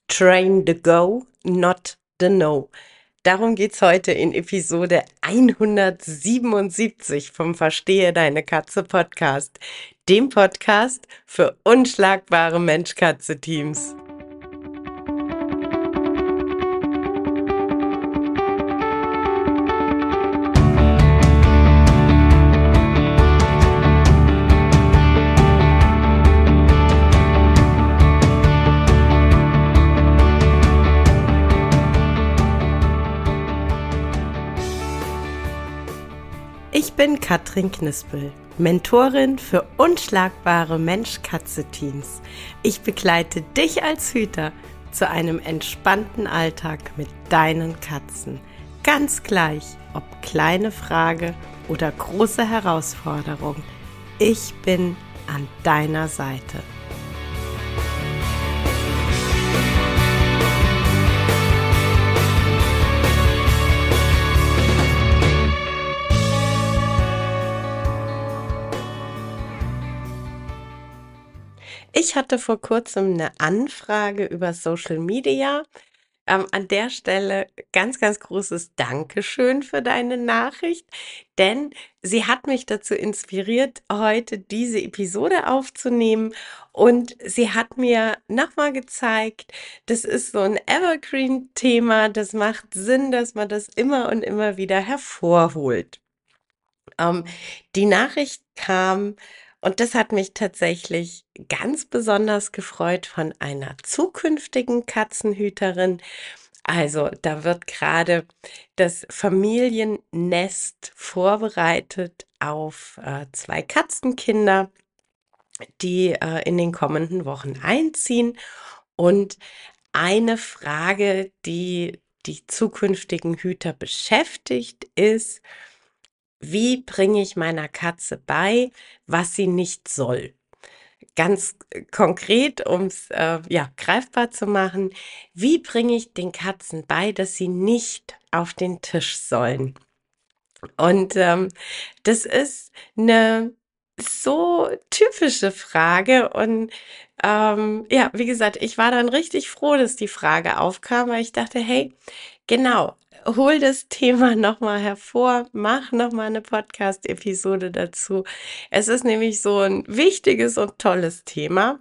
Train the Go, not the No. Darum geht's heute in Episode 177 vom Verstehe deine Katze Podcast, dem Podcast für unschlagbare Mensch-Katze-Teams. Ich bin Katrin Knispel, Mentorin für unschlagbare Mensch-Katze-Teams. Ich begleite dich als Hüter zu einem entspannten Alltag mit deinen Katzen. Ganz gleich, ob kleine Frage oder große Herausforderung. Ich bin an deiner Seite. Ich hatte vor kurzem eine Anfrage über Social Media. An der Stelle ganz, ganz großes Dankeschön für deine Nachricht, denn sie hat mich dazu inspiriert, heute diese Episode aufzunehmen und sie hat mir nochmal gezeigt, das ist so ein Evergreen-Thema, das macht Sinn, dass man das immer und immer wieder hervorholt. Ähm, Die Nachricht kam, und das hat mich tatsächlich ganz besonders gefreut, von einer zukünftigen Katzenhüterin. Also da wird gerade das Familiennest vorbereitet auf zwei Katzenkinder, die in den kommenden Wochen einziehen. Und eine Frage, die die zukünftigen Hüter beschäftigt, ist: Wie bringe ich meiner Katze bei, was sie nicht soll? Ganz konkret, um es ja, greifbar zu machen: Wie bringe ich den Katzen bei, dass sie nicht auf den Tisch sollen? Und das ist eine so typische Frage. Und ja, wie gesagt, ich war dann richtig froh, dass die Frage aufkam, weil ich dachte, hey, genau, hol das Thema nochmal hervor, mach nochmal eine Podcast-Episode dazu. Es ist nämlich so ein wichtiges und tolles Thema,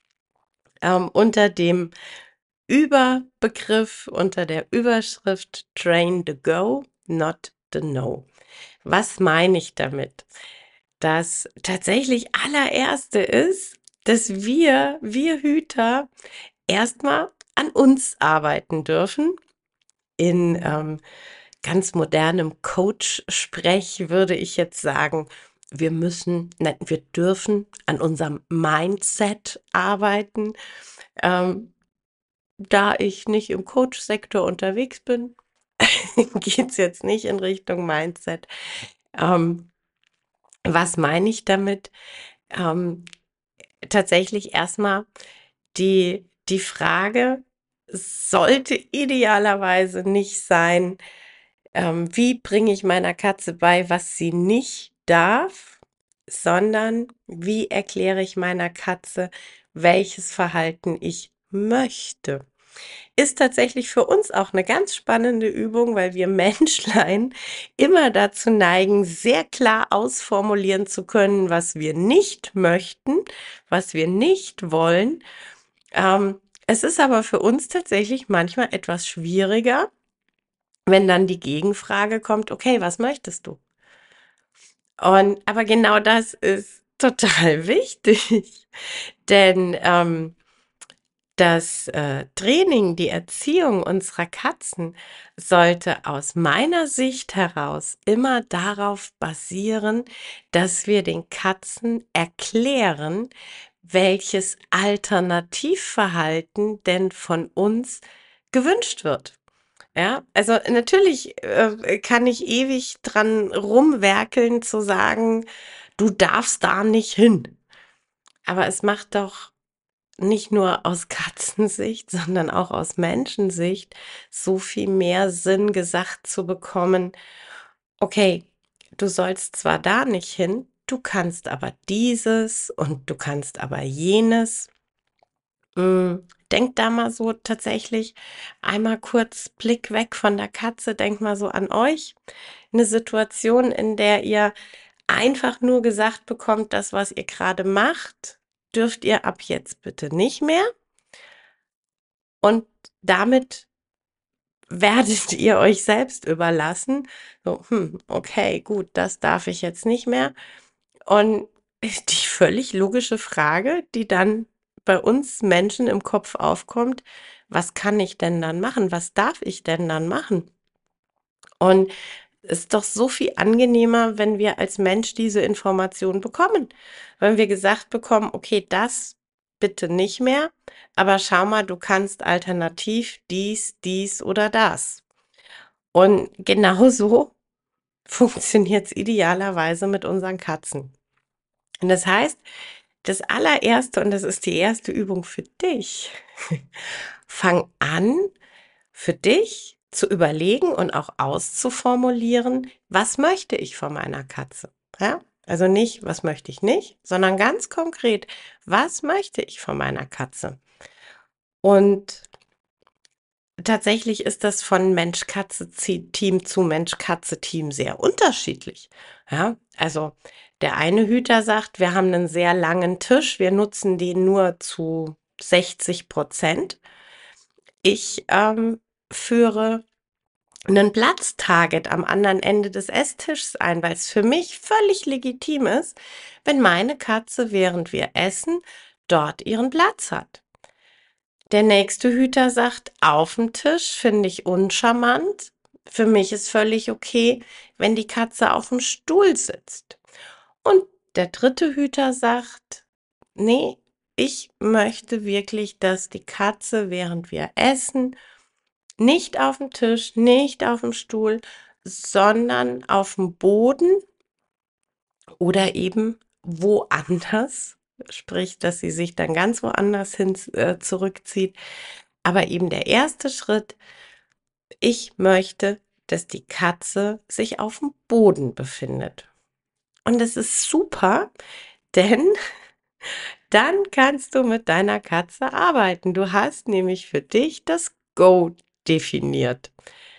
unter dem Überbegriff, unter der Überschrift Train the Go, not the No. Was meine ich damit? Das tatsächlich allererste ist, dass wir Hüter erstmal an uns arbeiten dürfen. In ganz modernem Coach-Sprech würde ich jetzt sagen, nein, wir dürfen an unserem Mindset arbeiten. Ähm, Da ich nicht im Coach-Sektor unterwegs bin, geht's jetzt nicht in Richtung Mindset. Ähm, Was meine ich damit? Ähm, Tatsächlich erstmal die Frage sollte idealerweise nicht sein, wie bringe ich meiner Katze bei, was sie nicht darf, sondern wie erkläre ich meiner Katze, welches Verhalten ich möchte. Ist tatsächlich für uns auch eine ganz spannende Übung, weil wir Menschlein immer dazu neigen, sehr klar ausformulieren zu können, was wir nicht möchten, was wir nicht wollen. Es ist aber für uns tatsächlich manchmal etwas schwieriger, wenn dann die Gegenfrage kommt: Okay, was möchtest du? Und aber genau das ist total wichtig, denn das Training, die Erziehung unserer Katzen sollte aus meiner Sicht heraus immer darauf basieren, dass wir den Katzen erklären, welches Alternativverhalten denn von uns gewünscht wird. Ja, also natürlich kann ich ewig dran rumwerkeln zu sagen, du darfst da nicht hin. Aber es macht doch nicht nur aus Katzensicht, sondern auch aus Menschensicht so viel mehr Sinn, gesagt zu bekommen: Okay, du sollst zwar da nicht hin, du kannst aber dieses und du kannst aber jenes. Denkt da mal so tatsächlich einmal kurz Blick weg von der Katze, denkt mal so an euch. Eine Situation, in der ihr einfach nur gesagt bekommt, das, was ihr gerade macht, dürft ihr ab jetzt bitte nicht mehr. Und damit werdet ihr euch selbst überlassen. So, okay, gut, das darf ich jetzt nicht mehr. Und die völlig logische Frage, die dann bei uns Menschen im Kopf aufkommt, was kann ich denn dann machen? Was darf ich denn dann machen? Und es ist doch so viel angenehmer, wenn wir als Mensch diese Information bekommen. Wenn wir gesagt bekommen, okay, das bitte nicht mehr, aber schau mal, du kannst alternativ dies oder das. Und genauso funktioniert es idealerweise mit unseren Katzen. Und das heißt, das allererste, und das ist die erste Übung für dich, fang an, für dich zu überlegen und auch auszuformulieren, was möchte ich von meiner Katze? Ja? Also nicht, was möchte ich nicht, sondern ganz konkret, was möchte ich von meiner Katze? Und tatsächlich ist das von Mensch-Katze-Team zu Mensch-Katze-Team sehr unterschiedlich. Ja, also der eine Hüter sagt, wir haben einen sehr langen Tisch, wir nutzen den nur zu 60%. Ich führe einen Platztarget am anderen Ende des Esstischs ein, weil es für mich völlig legitim ist, wenn meine Katze, während wir essen, dort ihren Platz hat. Der nächste Hüter sagt, auf dem Tisch finde ich uncharmant. Für mich ist völlig okay, wenn die Katze auf dem Stuhl sitzt. Und der dritte Hüter sagt, nee, ich möchte wirklich, dass die Katze, während wir essen, nicht auf dem Tisch, nicht auf dem Stuhl, sondern auf dem Boden oder eben woanders, sprich, dass sie sich dann ganz woanders hin zurückzieht. Aber eben der erste Schritt, ich möchte, dass die Katze sich auf dem Boden befindet. Und das ist super, denn dann kannst du mit deiner Katze arbeiten. Du hast nämlich für dich das Go definiert.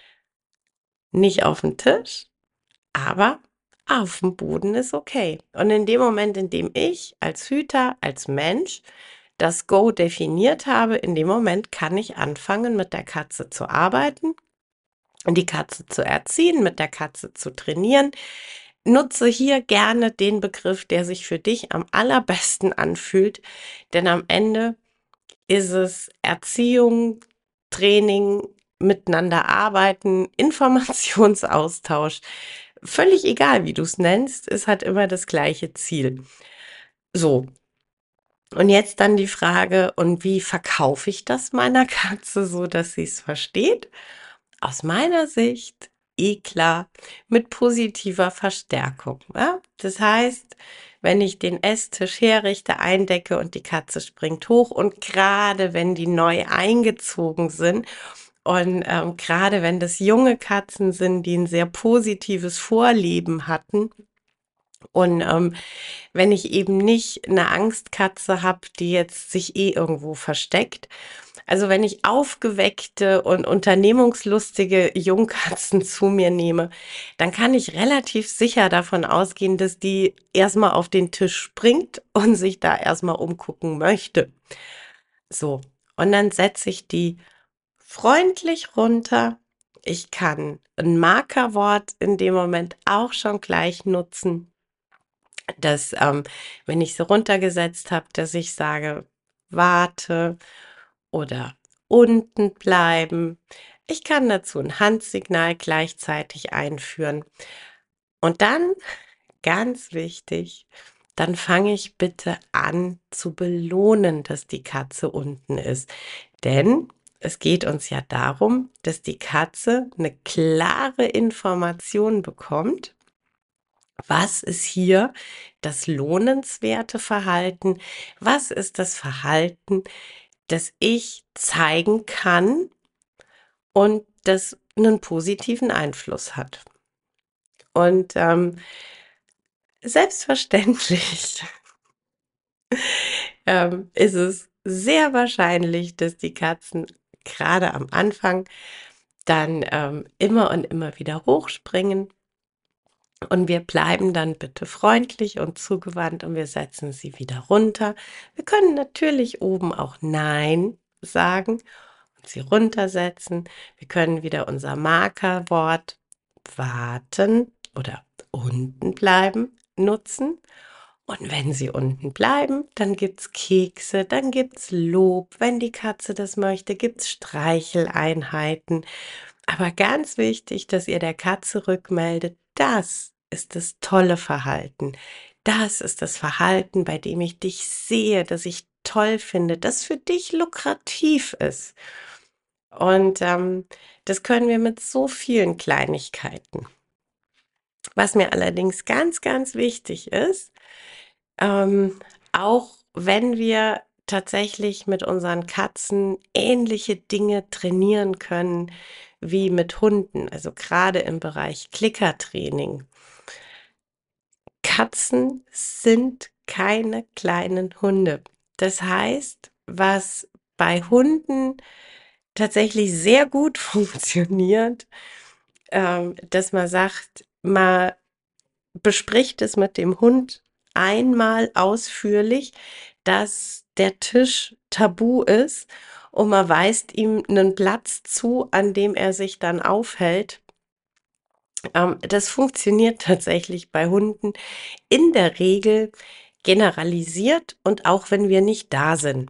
Nicht auf dem Tisch, aber auf dem Boden ist okay. Und in dem Moment, in dem ich als Hüter, als Mensch das Go definiert habe, in dem Moment kann ich anfangen, mit der Katze zu arbeiten und die Katze zu erziehen, mit der Katze zu trainieren. Nutze hier gerne den Begriff, der sich für dich am allerbesten anfühlt, denn am Ende ist es Erziehung, Training, miteinander arbeiten, Informationsaustausch. Völlig egal, wie du es nennst, es hat immer das gleiche Ziel. So, und jetzt dann die Frage, und wie verkaufe ich das meiner Katze, so dass sie es versteht? Aus meiner Sicht, klar, mit positiver Verstärkung. Ja? Das heißt, wenn ich den Esstisch herrichte, eindecke und die Katze springt hoch und gerade wenn die neu eingezogen sind und gerade wenn das junge Katzen sind, die ein sehr positives Vorleben hatten und wenn ich eben nicht eine Angstkatze habe, die jetzt sich irgendwo versteckt, also wenn ich aufgeweckte und unternehmungslustige Jungkatzen zu mir nehme, dann kann ich relativ sicher davon ausgehen, dass die erstmal auf den Tisch springt und sich da erstmal umgucken möchte. So, und dann setze ich die freundlich runter. Ich kann ein Markerwort in dem Moment auch schon gleich nutzen, dass, wenn ich sie runtergesetzt habe, dass ich sage, warte oder unten bleiben. Ich kann dazu ein Handsignal gleichzeitig einführen. Und dann, ganz wichtig, dann fange ich bitte an zu belohnen, dass die Katze unten ist. Denn es geht uns ja darum, dass die Katze eine klare Information bekommt. Was ist hier das lohnenswerte Verhalten? Was ist das Verhalten, das ich zeigen kann und das einen positiven Einfluss hat? Und selbstverständlich ist es sehr wahrscheinlich, dass die Katzen gerade am Anfang dann immer und immer wieder hochspringen. Und wir bleiben dann bitte freundlich und zugewandt und wir setzen sie wieder runter. Wir können natürlich oben auch Nein sagen und sie runtersetzen. Wir können wieder unser Markerwort warten oder unten bleiben nutzen. Und wenn sie unten bleiben, dann gibt's Kekse, dann gibt's Lob. Wenn die Katze das möchte, gibt's Streicheleinheiten. Aber ganz wichtig, dass ihr der Katze rückmeldet, das ist das tolle Verhalten. Das ist das Verhalten, bei dem ich dich sehe, das ich toll finde, das für dich lukrativ ist. Und das können wir mit so vielen Kleinigkeiten. Was mir allerdings ganz, ganz wichtig ist, auch wenn wir tatsächlich mit unseren Katzen ähnliche Dinge trainieren können wie mit Hunden, also gerade im Bereich Klickertraining. Katzen sind keine kleinen Hunde. Das heißt, was bei Hunden tatsächlich sehr gut funktioniert, dass man sagt, man bespricht es mit dem Hund einmal ausführlich, dass der Tisch tabu ist und man weist ihm einen Platz zu, an dem er sich dann aufhält. Das funktioniert tatsächlich bei Hunden in der Regel generalisiert und auch wenn wir nicht da sind.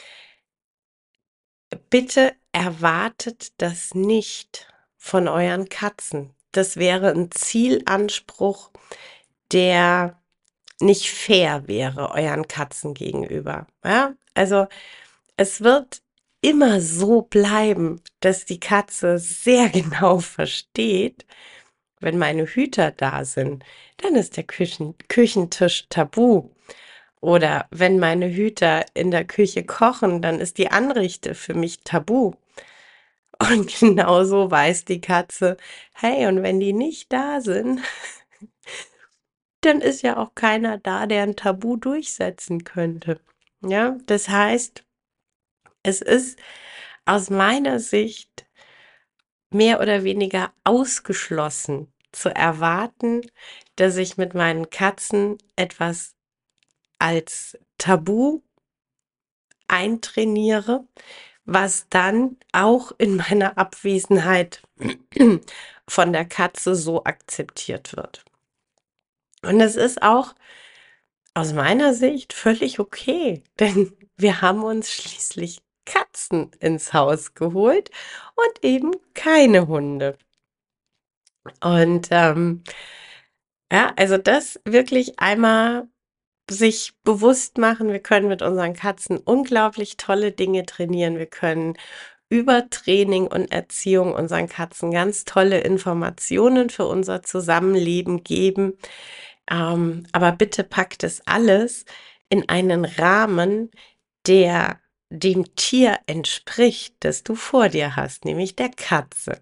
Bitte erwartet das nicht von euren Katzen. Das wäre ein Zielanspruch, der nicht fair wäre euren Katzen gegenüber. Ja? Also es wird immer so bleiben, dass die Katze sehr genau versteht, wenn meine Hüter da sind, dann ist der Küchentisch tabu. Oder wenn meine Hüter in der Küche kochen, dann ist die Anrichte für mich tabu. Und genauso weiß die Katze, hey, und wenn die nicht da sind, dann ist ja auch keiner da, der ein Tabu durchsetzen könnte. Ja, das heißt, es ist aus meiner Sicht mehr oder weniger ausgeschlossen zu erwarten, dass ich mit meinen Katzen etwas als Tabu eintrainiere, was dann auch in meiner Abwesenheit von der Katze so akzeptiert wird. Und es ist auch aus meiner Sicht völlig okay, denn wir haben uns schließlich Katzen ins Haus geholt und eben keine Hunde. Und ja, also das wirklich einmal sich bewusst machen, wir können mit unseren Katzen unglaublich tolle Dinge trainieren. Wir können über Training und Erziehung unseren Katzen ganz tolle Informationen für unser Zusammenleben geben. Aber bitte packt es alles in einen Rahmen, der dem Tier entspricht, das du vor dir hast, nämlich der Katze.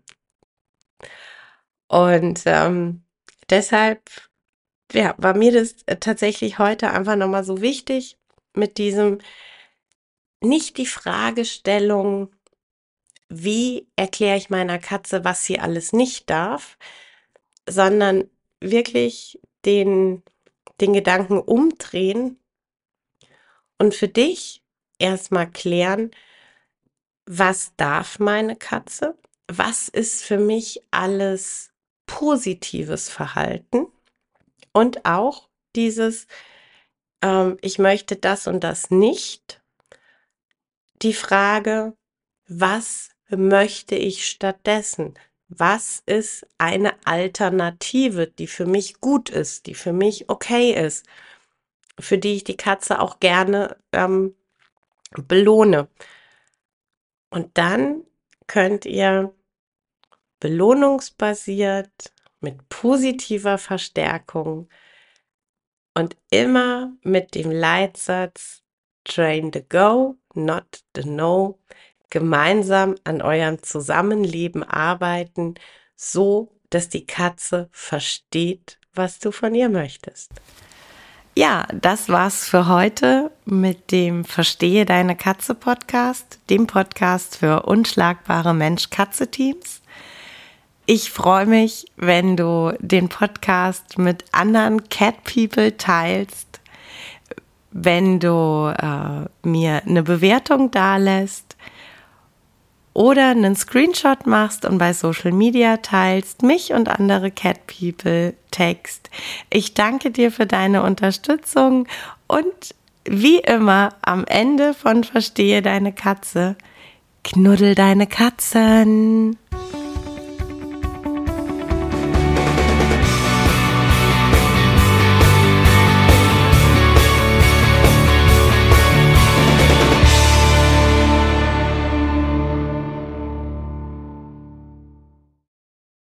Und deshalb ja, war mir das tatsächlich heute einfach nochmal so wichtig mit diesem, nicht die Fragestellung, wie erkläre ich meiner Katze, was sie alles nicht darf, sondern wirklich den Gedanken umdrehen und für dich erstmal klären, was darf meine Katze? Was ist für mich alles positives Verhalten? Und auch dieses, ich möchte das und das nicht. Die Frage, was möchte ich stattdessen? Was ist eine Alternative, die für mich gut ist, die für mich okay ist, für die ich die Katze auch gerne belohne? Und dann könnt ihr belohnungsbasiert mit positiver Verstärkung und immer mit dem Leitsatz Train the Go, not the No, gemeinsam an eurem Zusammenleben arbeiten, so dass die Katze versteht, was du von ihr möchtest. Ja, das war's für heute mit dem Verstehe deine Katze Podcast, dem Podcast für unschlagbare Mensch-Katze-Teams. Ich freue mich, wenn du den Podcast mit anderen Cat People teilst, wenn du mir eine Bewertung dalässt oder einen Screenshot machst und bei Social Media teilst, mich und andere Cat People text. Ich danke dir für deine Unterstützung und wie immer am Ende von Verstehe deine Katze, knuddel deine Katzen.